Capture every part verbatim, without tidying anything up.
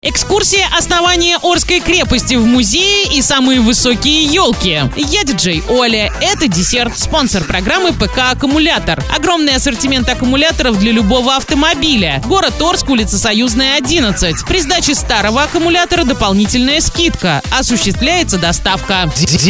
Экскурсия основания Орской крепости в музее и самые высокие елки. Я диджей Оля. Это десерт. Спонсор программы ПК «Аккумулятор». Огромный ассортимент аккумуляторов для любого автомобиля. Город Орск, улица Союзная, одиннадцать. При сдаче старого аккумулятора дополнительная скидка. Осуществляется доставка.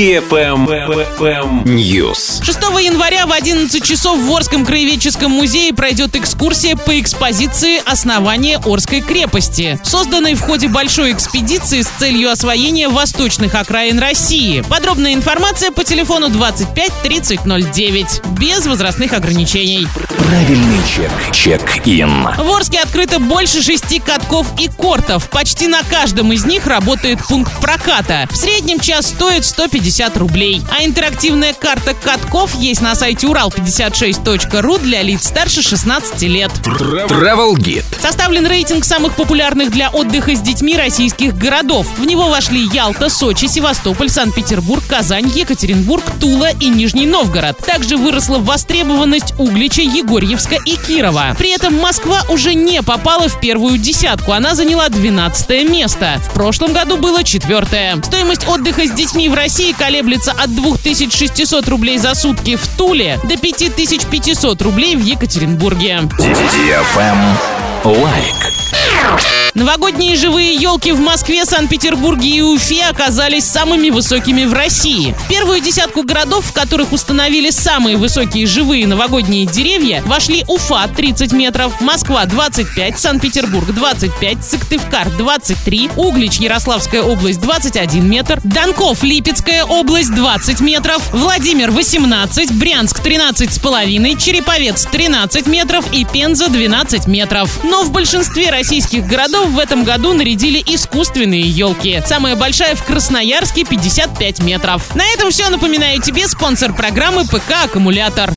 News. шестого января в одиннадцать часов в Орском краеведческом музее пройдет экскурсия по экспозиции «Основание Орской крепости», созданной в ходе большой экспедиции с целью освоения восточных окраин России. Подробная информация по телефону двадцать пять тридцать ноль девять. Без возрастных ограничений. Правильный чек. Чек-ин. В Орске открыто больше шести катков и кортов. Почти на каждом из них работает пункт проката. В среднем час стоит сто пятьдесят рублей. А интерактивная карта катков есть на сайте урал пятьдесят шесть точка ру для лиц старше шестнадцати лет. Travel Guide. Составлен рейтинг самых популярных для отдыха с детьми российских городов. В него вошли Ялта, Сочи, Севастополь, Санкт-Петербург, Казань, Екатеринбург, Тула и Нижний Новгород. Также выросла востребованность Углича, Егорьевска и Кирова. При этом Москва уже не попала в первую десятку. Она заняла двенадцатое место. В прошлом году было четвертое. Стоимость отдыха с детьми в России колеблется от двух тысяч шестисот рублей за сутки в Туле до пяти тысяч пятисот рублей в Екатеринбурге. Лайк. Новогодние живые елки в Москве, Санкт-Петербурге и Уфе оказались самыми высокими в России. В первую десятку городов, в которых установили самые высокие живые новогодние деревья, вошли Уфа – тридцать метров, Москва – двадцать пять, Санкт-Петербург – двадцать пять, Сыктывкар – двадцать три, Углич, Ярославская область – двадцать один метр, Донков, Липецкая область – двадцать метров, Владимир – восемнадцать, Брянск – тринадцать с половиной, Череповец – тринадцать метров и Пенза – двенадцать метров. Но в большинстве российских городов в этом году нарядили искусственные елки. Самая большая в Красноярске – пятьдесят пять метров. На этом все. Напоминаю тебе спонсор программы ПК «Аккумулятор».